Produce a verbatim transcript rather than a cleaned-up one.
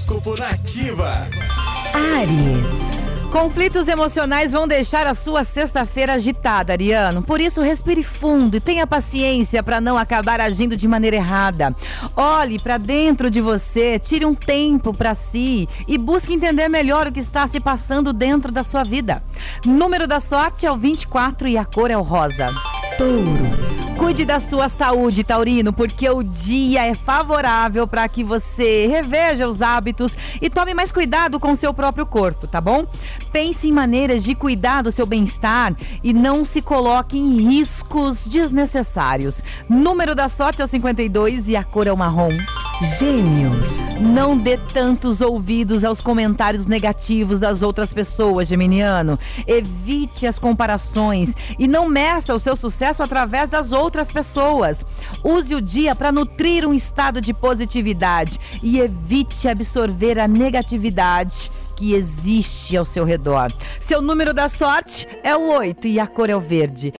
Horóscopo Nativa. Áries. Conflitos emocionais vão deixar a sua sexta-feira agitada, Ariano. Por isso, respire fundo e tenha paciência para não acabar agindo de maneira errada. Olhe para dentro de você, tire um tempo para si e busque entender melhor o que está se passando dentro da sua vida. Número da sorte é o vinte e quatro e a cor é o rosa. Touro. Cuide da sua saúde, Taurino, porque o dia é favorável para que você reveja os hábitos e tome mais cuidado com o seu próprio corpo, tá bom? Pense em maneiras de cuidar do seu bem-estar e não se coloque em riscos desnecessários. Número da sorte é o cinquenta e dois e a cor é o marrom. Gêmeos. Não dê tantos ouvidos aos comentários negativos das outras pessoas, geminiano. Evite as comparações e não meça o seu sucesso através das outras pessoas. Use o dia para nutrir um estado de positividade e evite absorver a negatividade que existe ao seu redor. Seu número da sorte é o oito e a cor é o verde.